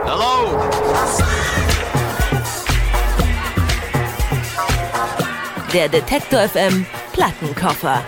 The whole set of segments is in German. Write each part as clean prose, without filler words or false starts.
Hello? Der Detektor FM Plattenkoffer.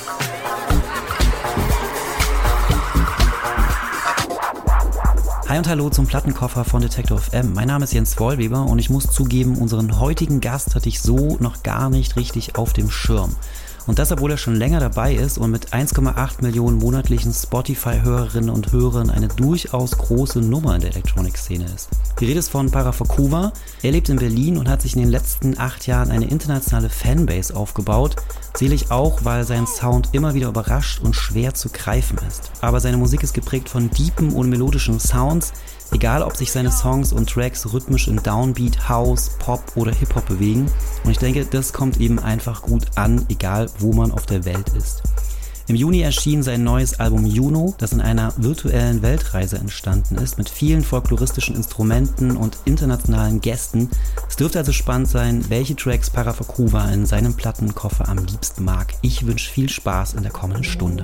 Hi und hallo zum Plattenkoffer von Detektor FM. Mein Name ist Jens Wollweber und ich muss zugeben, unseren heutigen Gast hatte ich so noch gar nicht richtig auf dem Schirm. Und das, obwohl er schon länger dabei ist und mit 1,8 Millionen monatlichen Spotify-Hörerinnen und Hörern eine durchaus große Nummer in der Elektronik-Szene ist. Die Rede ist von Parafakuva. Er lebt in Berlin und hat sich in den letzten 8 Jahren eine internationale Fanbase aufgebaut. Selig auch, weil sein Sound immer wieder überrascht und schwer zu greifen ist. Aber seine Musik ist geprägt von deepen und melodischen Sounds, egal ob sich seine Songs und Tracks rhythmisch in Downbeat, House, Pop oder Hip-Hop bewegen. Und ich denke, das kommt eben einfach gut an, egal wo man auf der Welt ist. Im Juni erschien sein neues Album Juno, das in einer virtuellen Weltreise entstanden ist, mit vielen folkloristischen Instrumenten und internationalen Gästen. Es dürfte also spannend sein, welche Tracks Parafakuva in seinem Plattenkoffer am liebsten mag. Ich wünsche viel Spaß in der kommenden Stunde.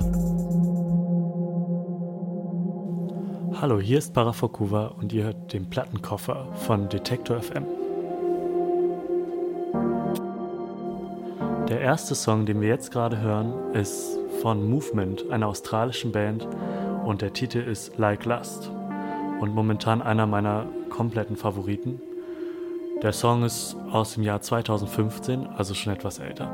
Hallo, hier ist Parafakuva und ihr hört den Plattenkoffer von Detektor FM. Der erste Song, den wir jetzt gerade hören, ist von Movement, einer australischen Band, und der Titel ist Like Lust und momentan einer meiner kompletten Favoriten. Der Song ist aus dem Jahr 2015, also schon etwas älter.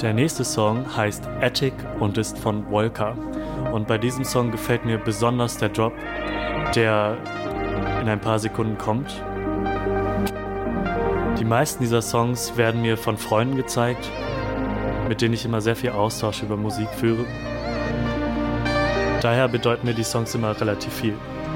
Der nächste Song heißt Attic und ist von Volker. Und bei diesem Song gefällt mir besonders der Drop, der in ein paar Sekunden kommt. Die meisten dieser Songs werden mir von Freunden gezeigt, mit denen ich immer sehr viel Austausch über Musik führe. Daher bedeuten mir die Songs immer relativ viel.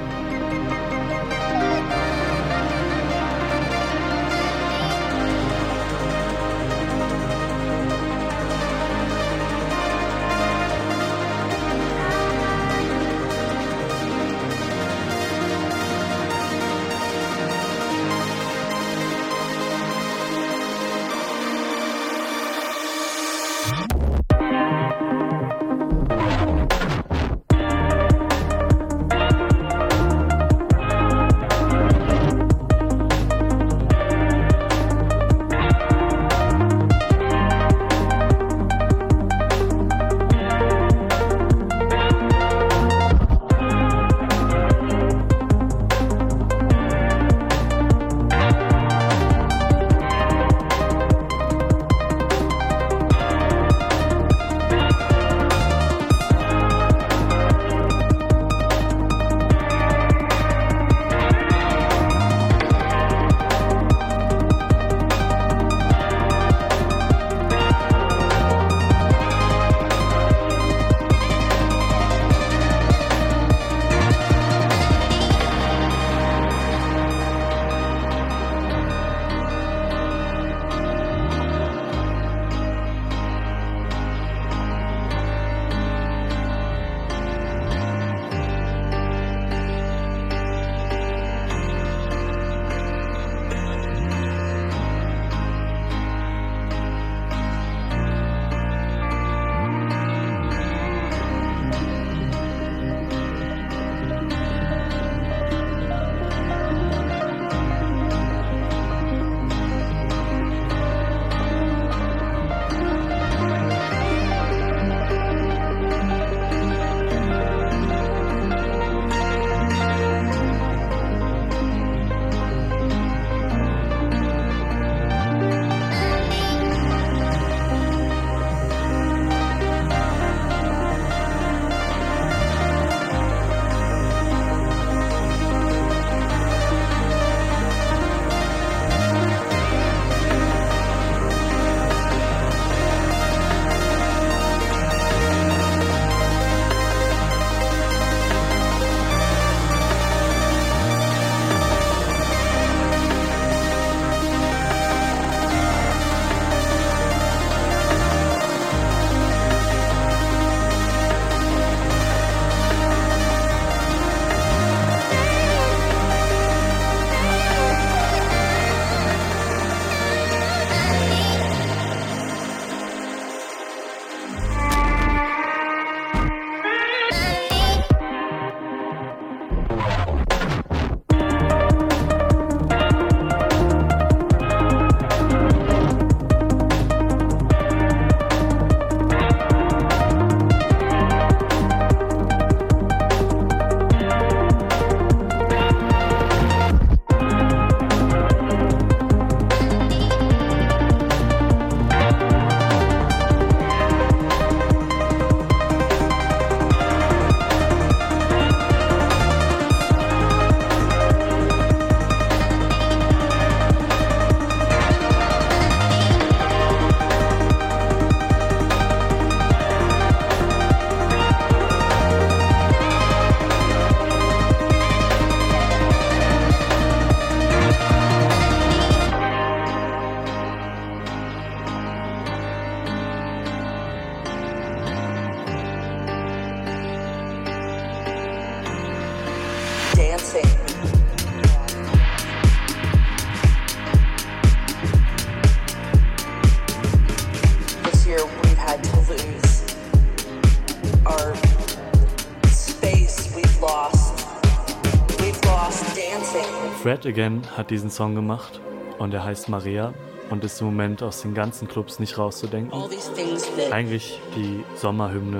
Fred Again hat diesen Song gemacht und er heißt Maria und ist im Moment aus den ganzen Clubs nicht rauszudenken. Eigentlich die Sommerhymne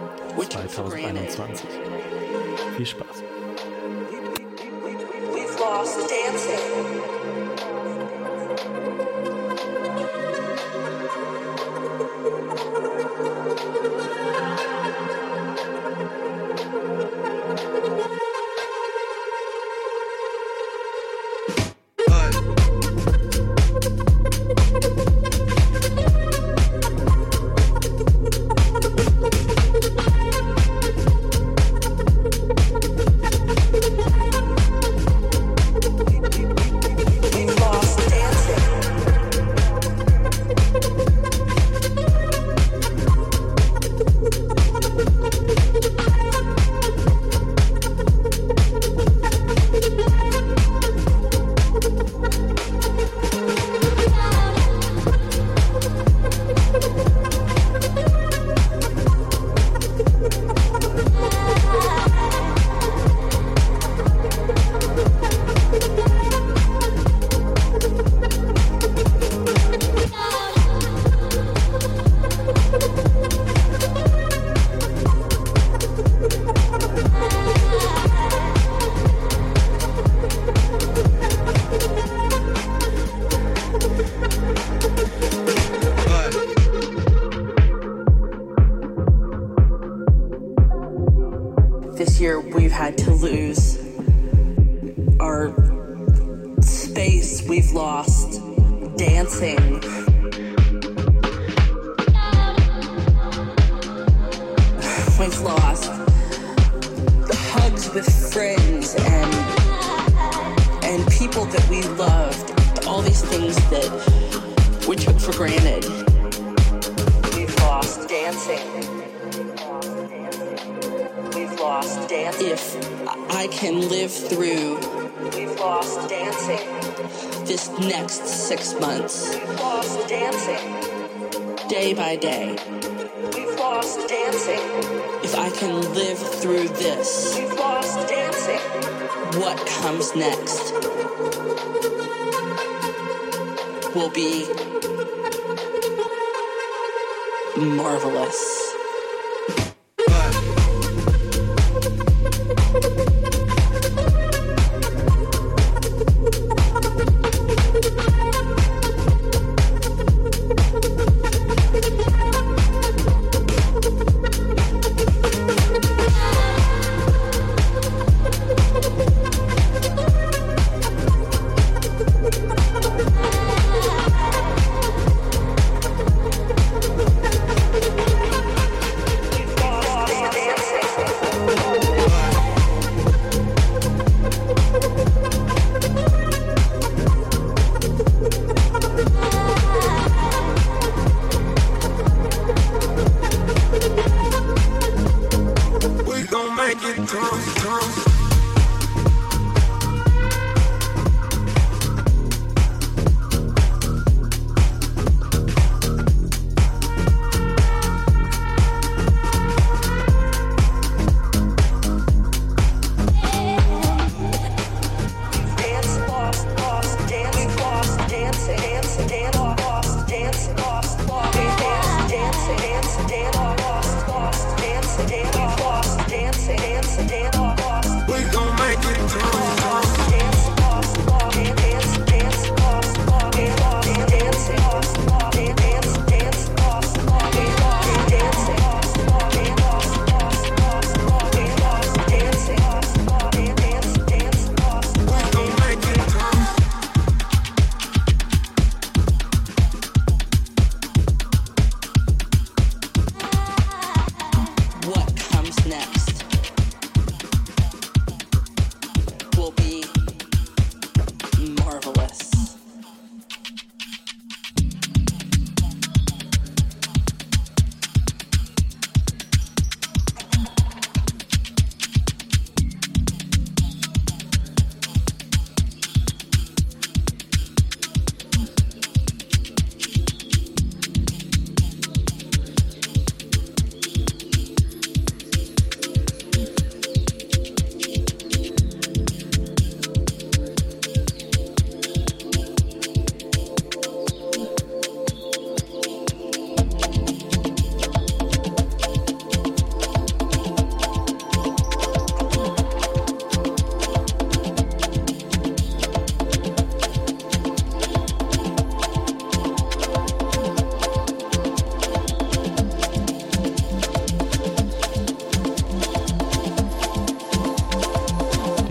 2021. Viel Spaß. We've lost dancing. This year we've had to lose our space, we've lost dancing. We've lost hugs with friends and people that we loved, all these things that we took for granted. We've lost dancing. We've lost dancing. If I can live through, we've lost dancing. This next 6 months, we've lost dancing. Day by day, we've lost dancing. If I can live through this, we've lost dancing. What comes next will be marvelous. Dancing,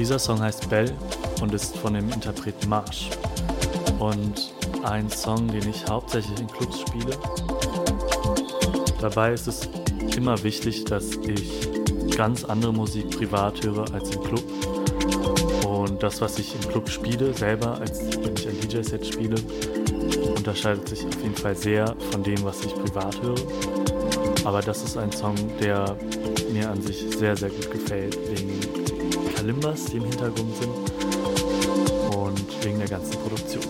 Dieser Song heißt Bell und ist von dem Interpreten Marsh. Und ein Song, den ich hauptsächlich in Clubs spiele. Dabei ist es immer wichtig, dass ich ganz andere Musik privat höre als im Club. Und das, was ich im Club spiele, selber, als wenn ich ein DJ-Set spiele, unterscheidet sich auf jeden Fall sehr von dem, was ich privat höre. Aber das ist ein Song, der mir an sich sehr, sehr gut gefällt, wegen Kalimbas, die im Hintergrund sind und wegen der ganzen Produktion.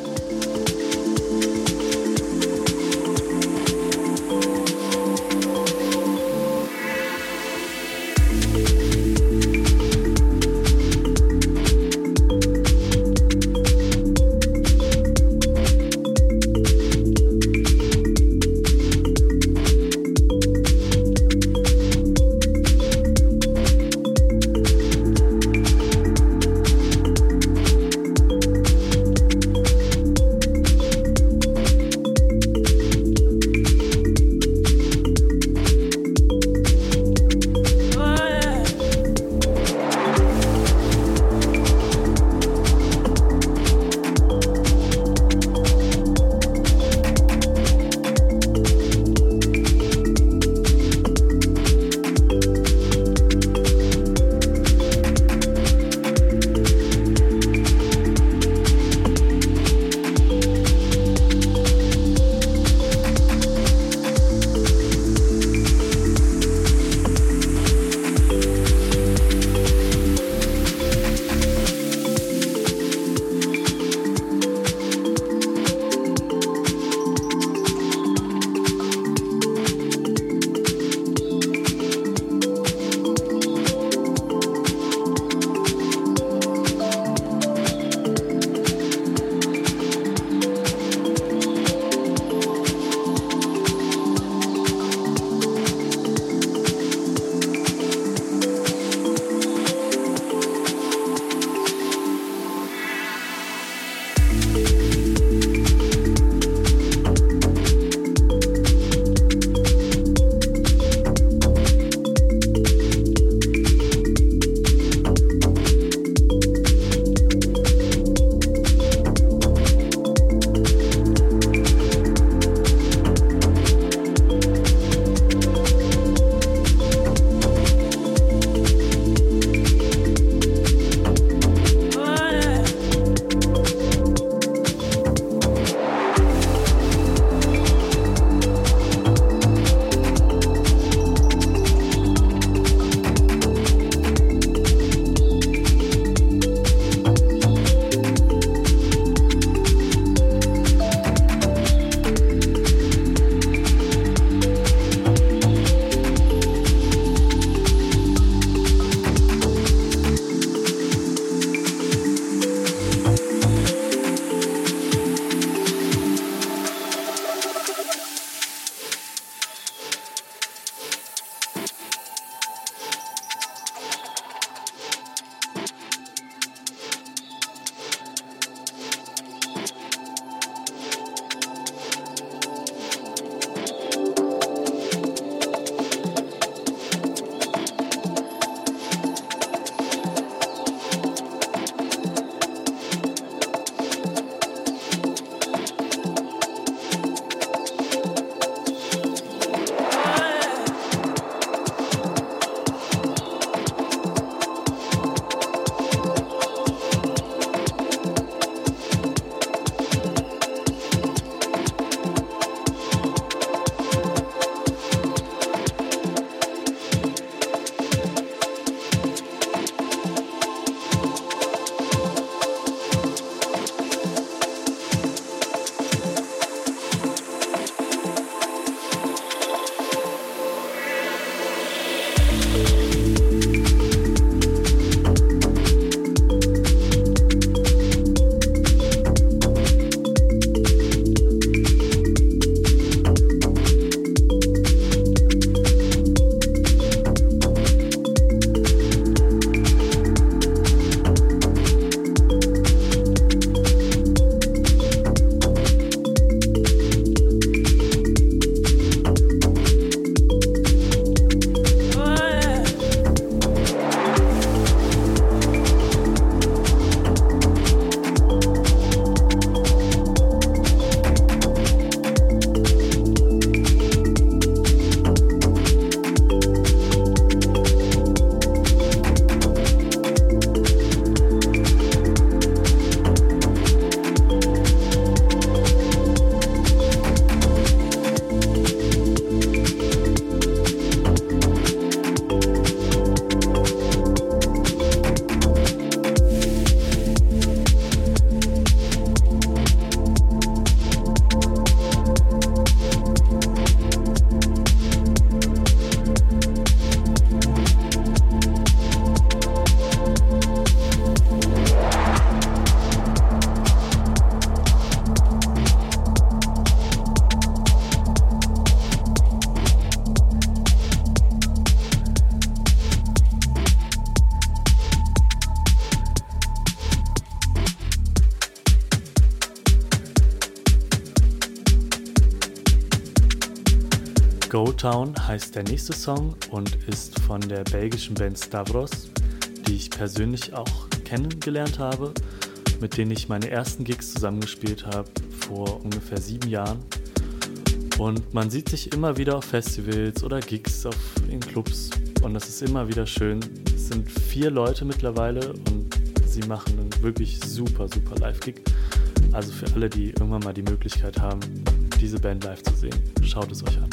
Town heißt der nächste Song und ist von der belgischen Band Stavros, die ich persönlich auch kennengelernt habe, mit denen ich meine ersten Gigs zusammengespielt habe vor ungefähr 7 Jahren. Und man sieht sich immer wieder auf Festivals oder Gigs in Clubs und das ist immer wieder schön. Es sind 4 Leute mittlerweile und sie machen einen wirklich super, super Live-Gig. Also für alle, die irgendwann mal die Möglichkeit haben, diese Band live zu sehen, schaut es euch an.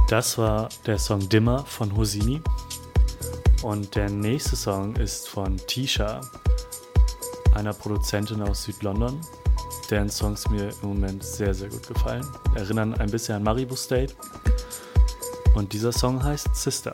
Das war der Song Dimmer von Hosini. Und der nächste Song ist von Tisha, einer Produzentin aus Südlondon, deren Songs mir im Moment sehr, sehr gut gefallen. Erinnern ein bisschen an Maribu State. Und dieser Song heißt Sister.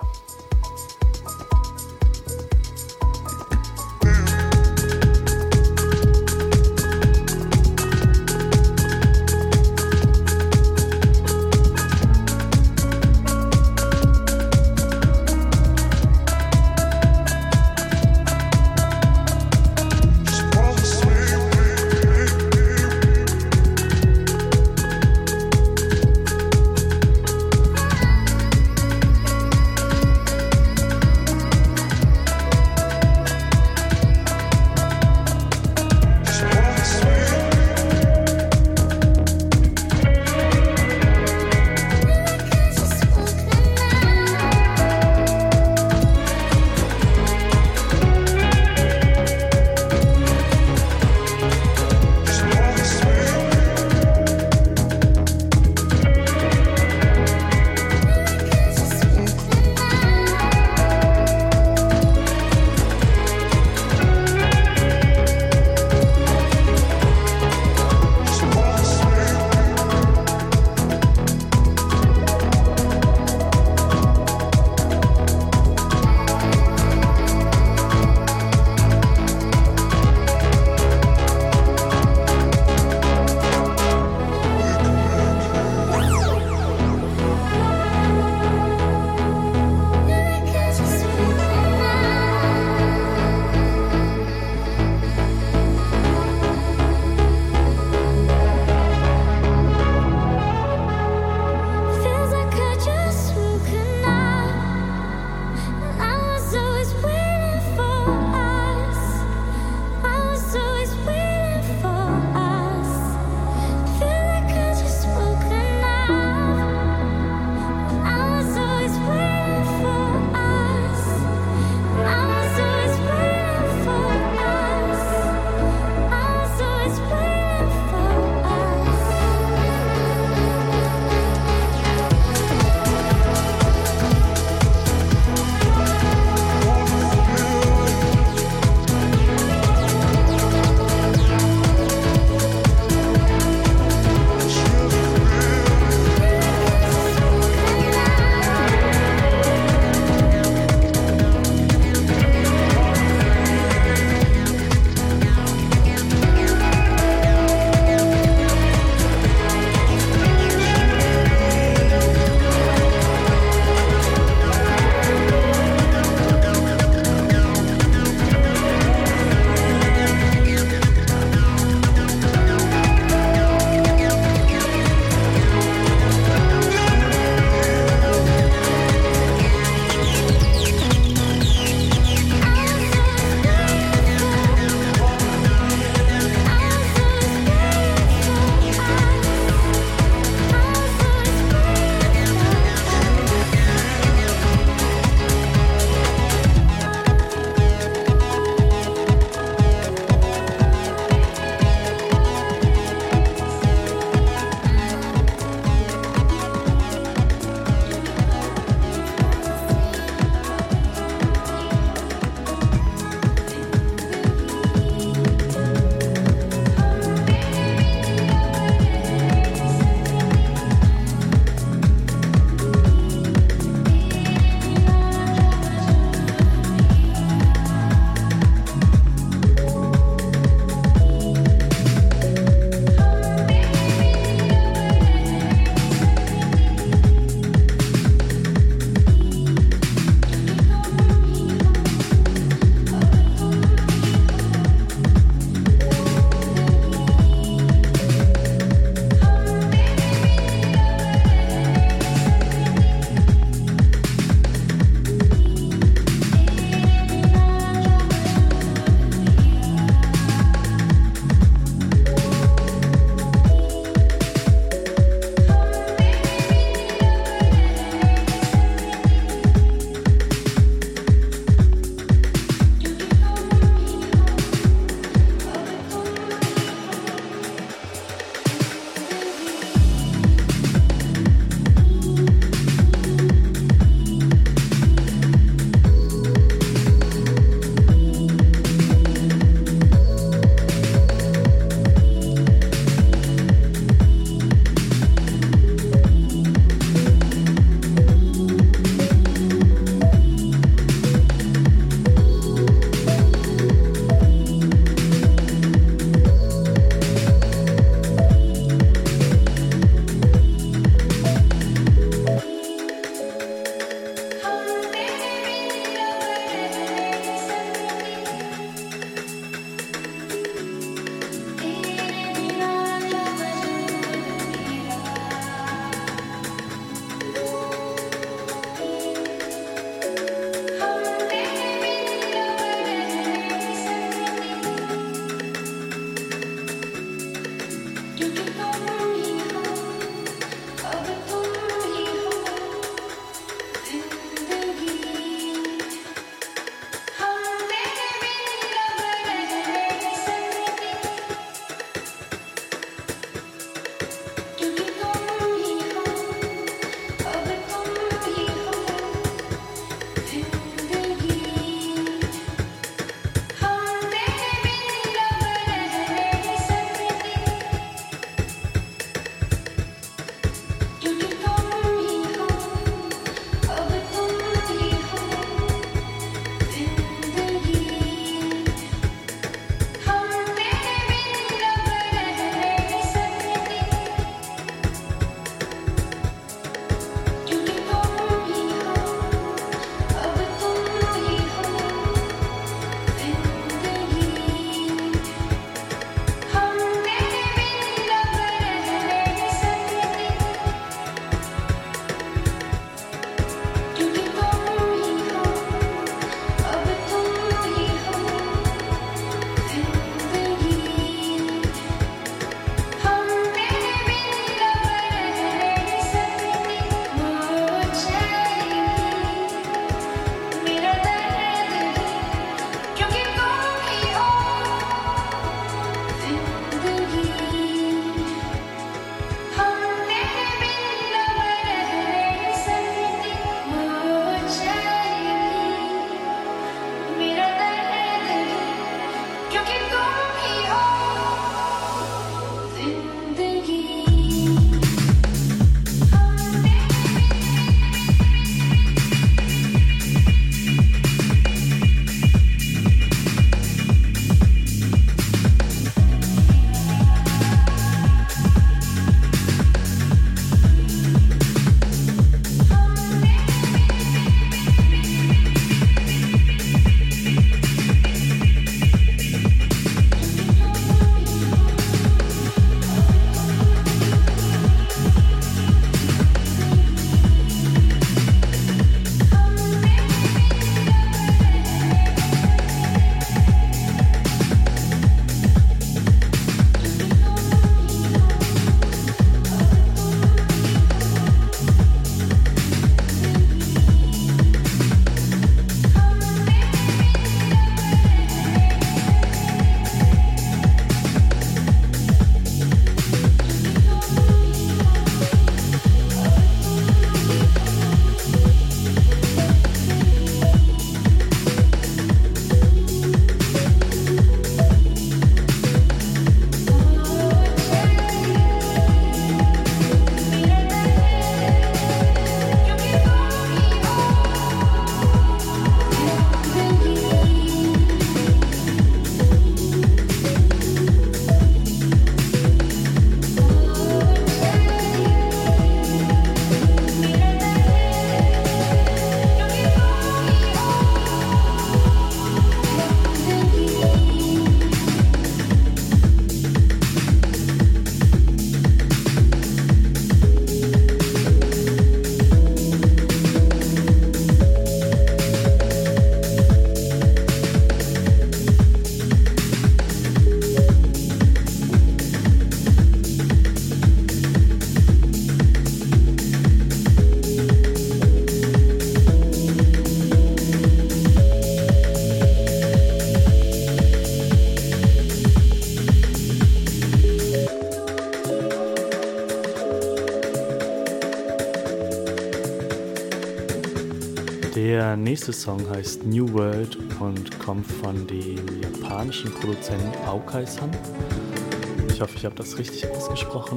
Der nächste Song heißt New World und kommt von dem japanischen Produzenten Aokai-san. Ich hoffe, ich habe das richtig ausgesprochen.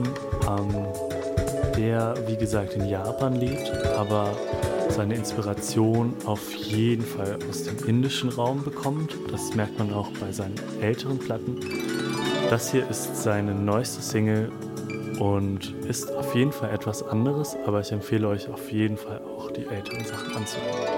Der, wie gesagt, in Japan lebt, aber seine Inspiration auf jeden Fall aus dem indischen Raum bekommt. Das merkt man auch bei seinen älteren Platten. Das hier ist seine neueste Single und ist auf jeden Fall etwas anderes, aber ich empfehle euch auf jeden Fall auch die älteren Sachen anzuhören.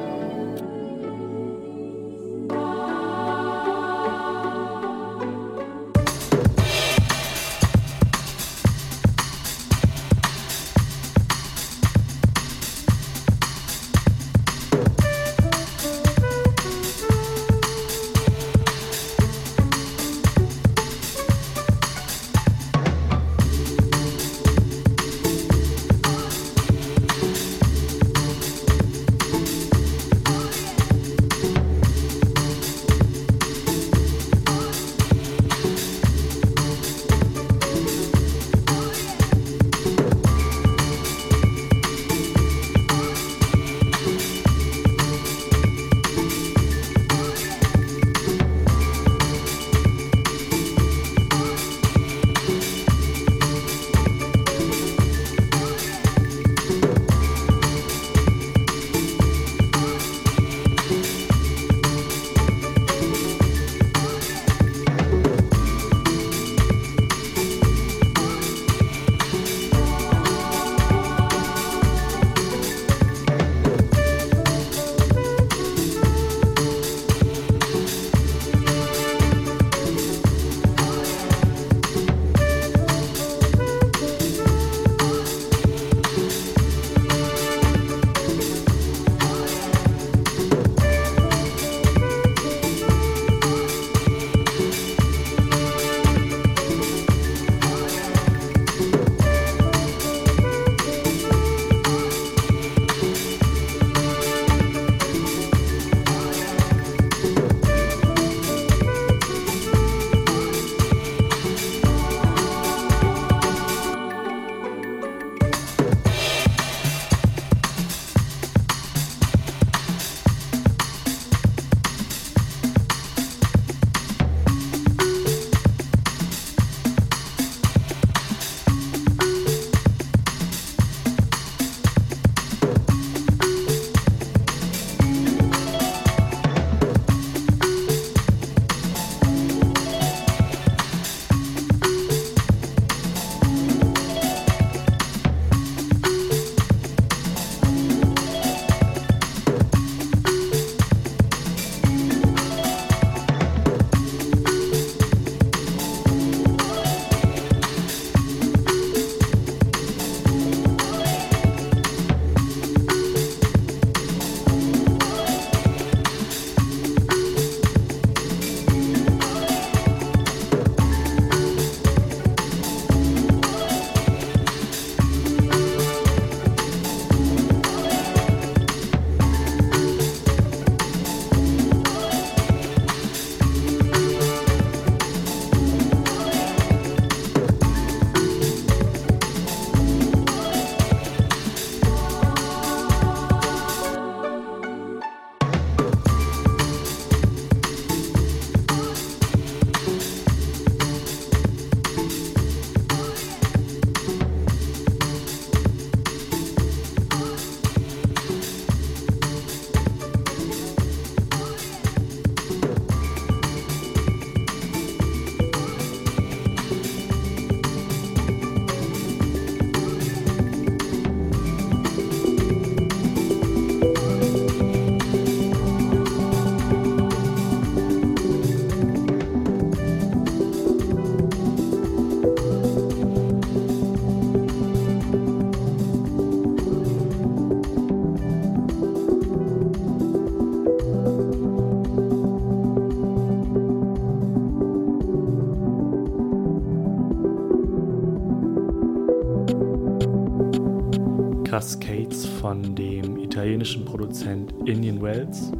Cascades von dem italienischen Produzent Indian Wells,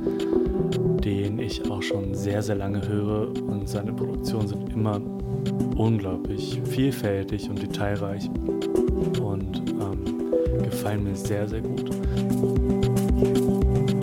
den ich auch schon sehr, sehr lange höre, und seine Produktionen sind immer unglaublich vielfältig und detailreich und gefallen mir sehr, sehr gut.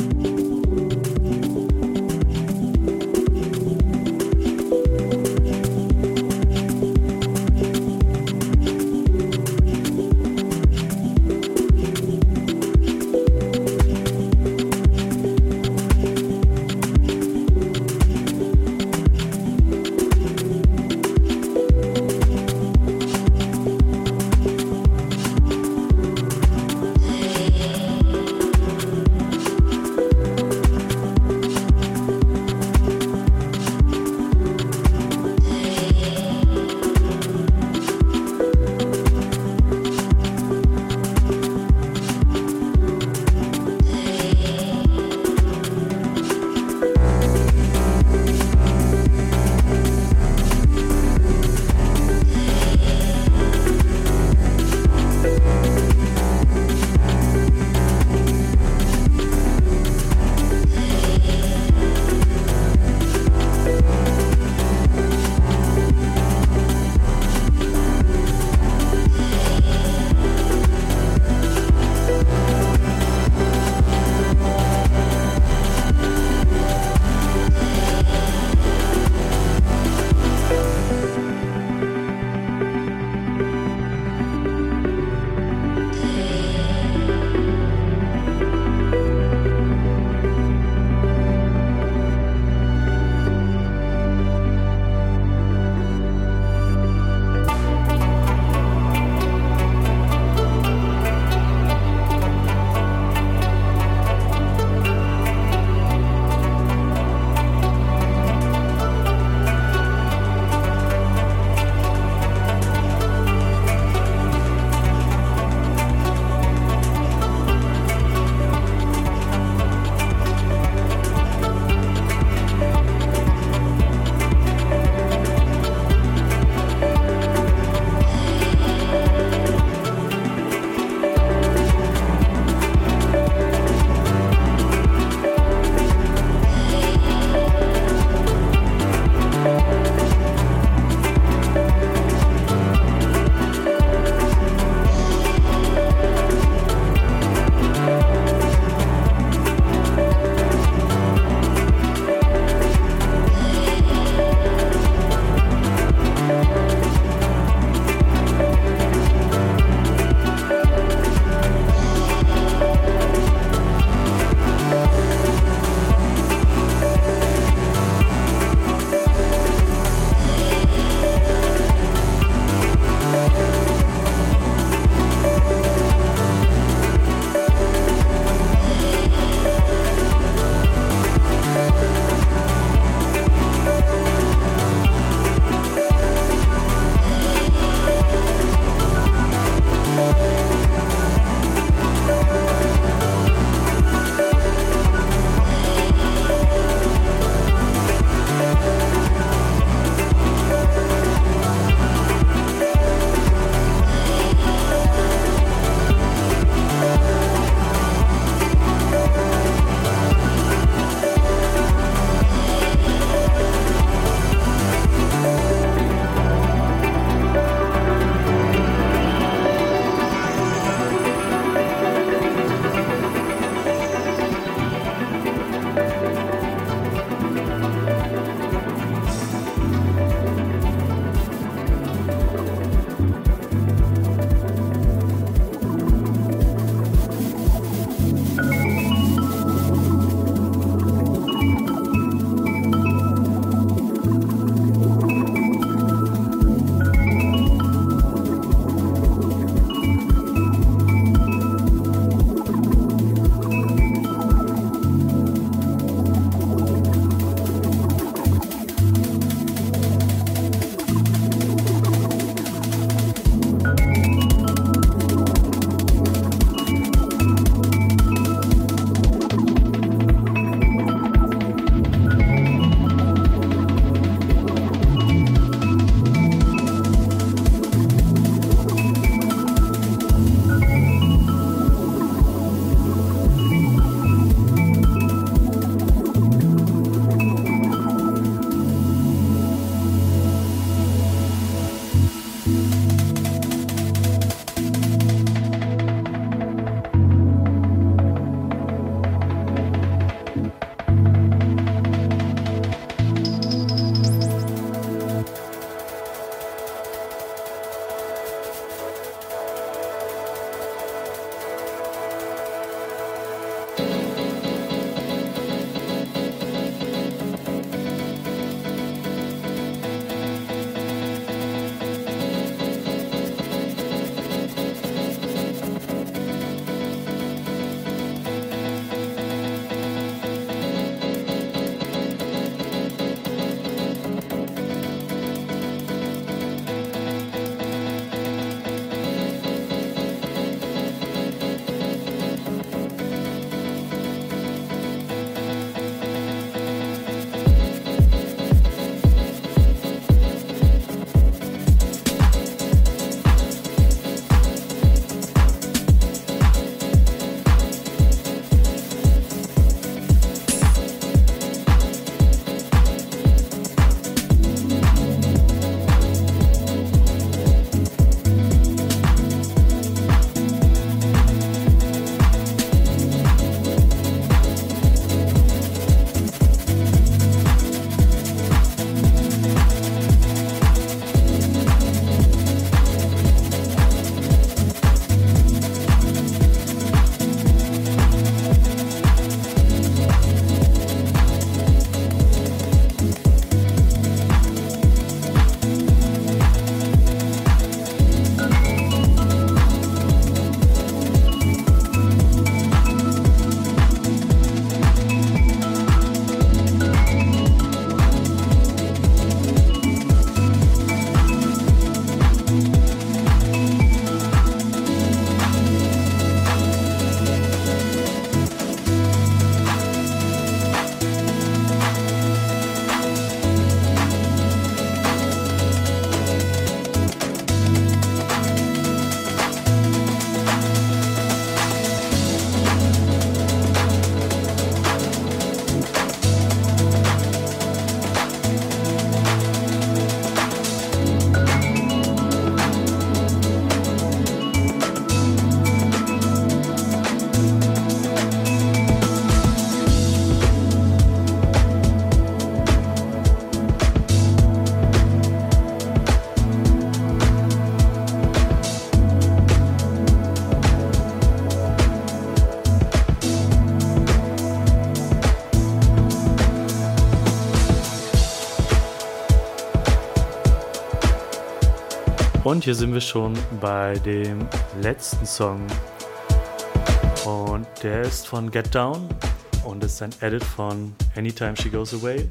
Und hier sind wir schon bei dem letzten Song. Und der ist von Get Down und ist ein Edit von Anytime She Goes Away.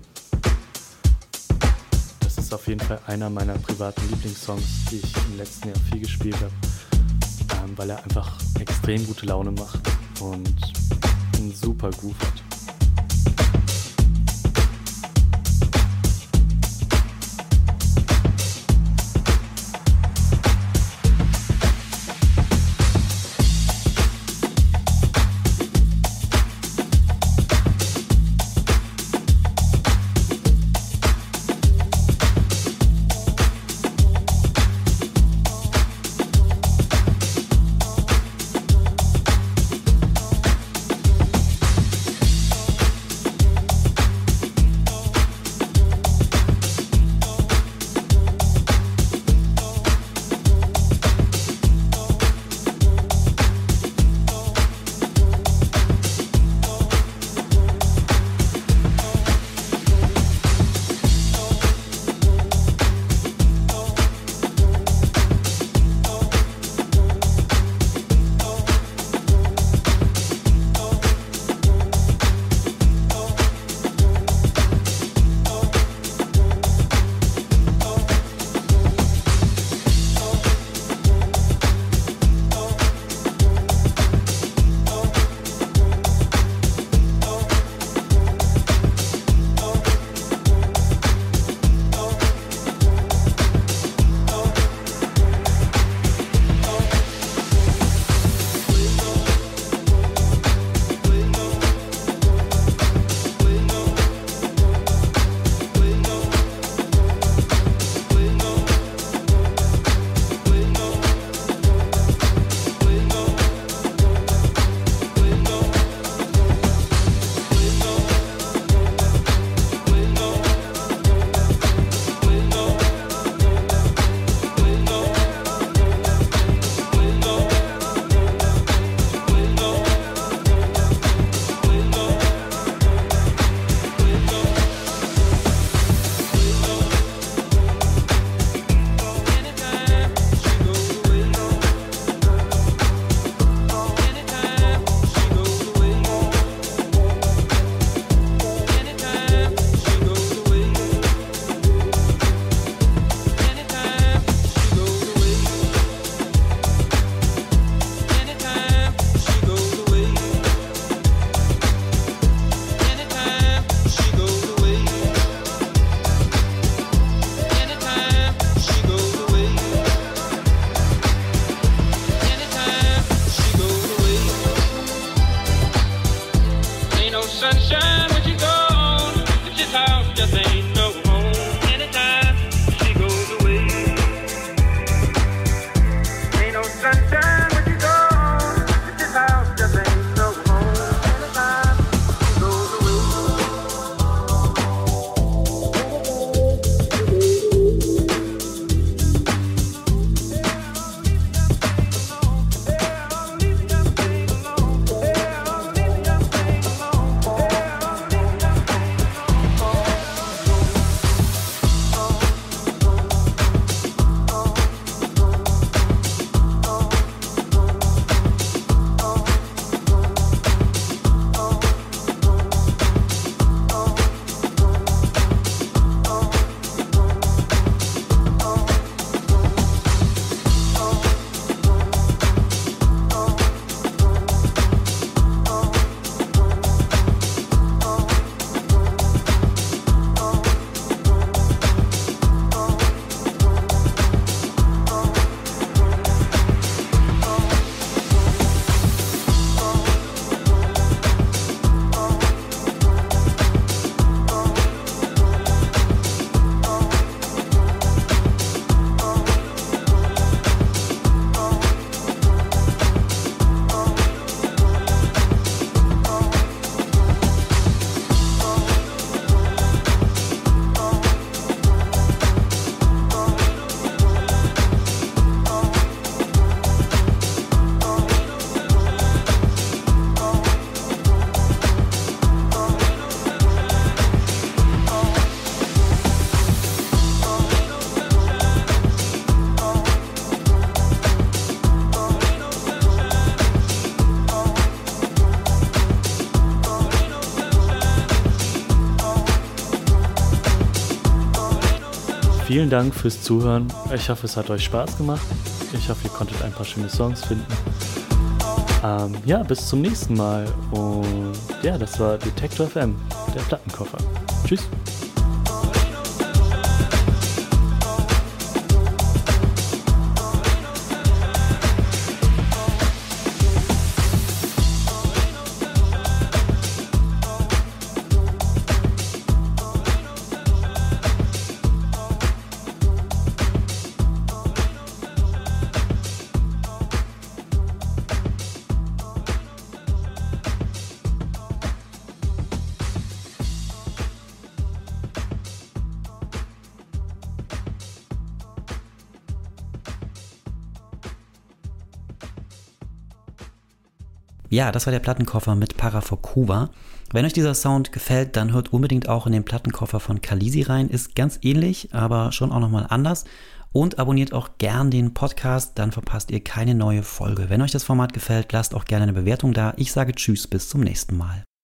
Das ist auf jeden Fall einer meiner privaten Lieblingssongs, die ich im letzten Jahr viel gespielt habe, weil er einfach extrem gute Laune macht und einen super Groove hat. Vielen Dank fürs Zuhören. Ich hoffe, es hat euch Spaß gemacht. Ich hoffe, ihr konntet ein paar schöne Songs finden. Bis zum nächsten Mal. Und ja, das war Detektor FM, der Plattenkoffer. Tschüss. Ja, das war der Plattenkoffer mit Para for Cuba. Wenn euch dieser Sound gefällt, dann hört unbedingt auch in den Plattenkoffer von Khaleesi rein. Ist ganz ähnlich, aber schon auch nochmal anders. Und abonniert auch gern den Podcast, dann verpasst ihr keine neue Folge. Wenn euch das Format gefällt, lasst auch gerne eine Bewertung da. Ich sage Tschüss, bis zum nächsten Mal.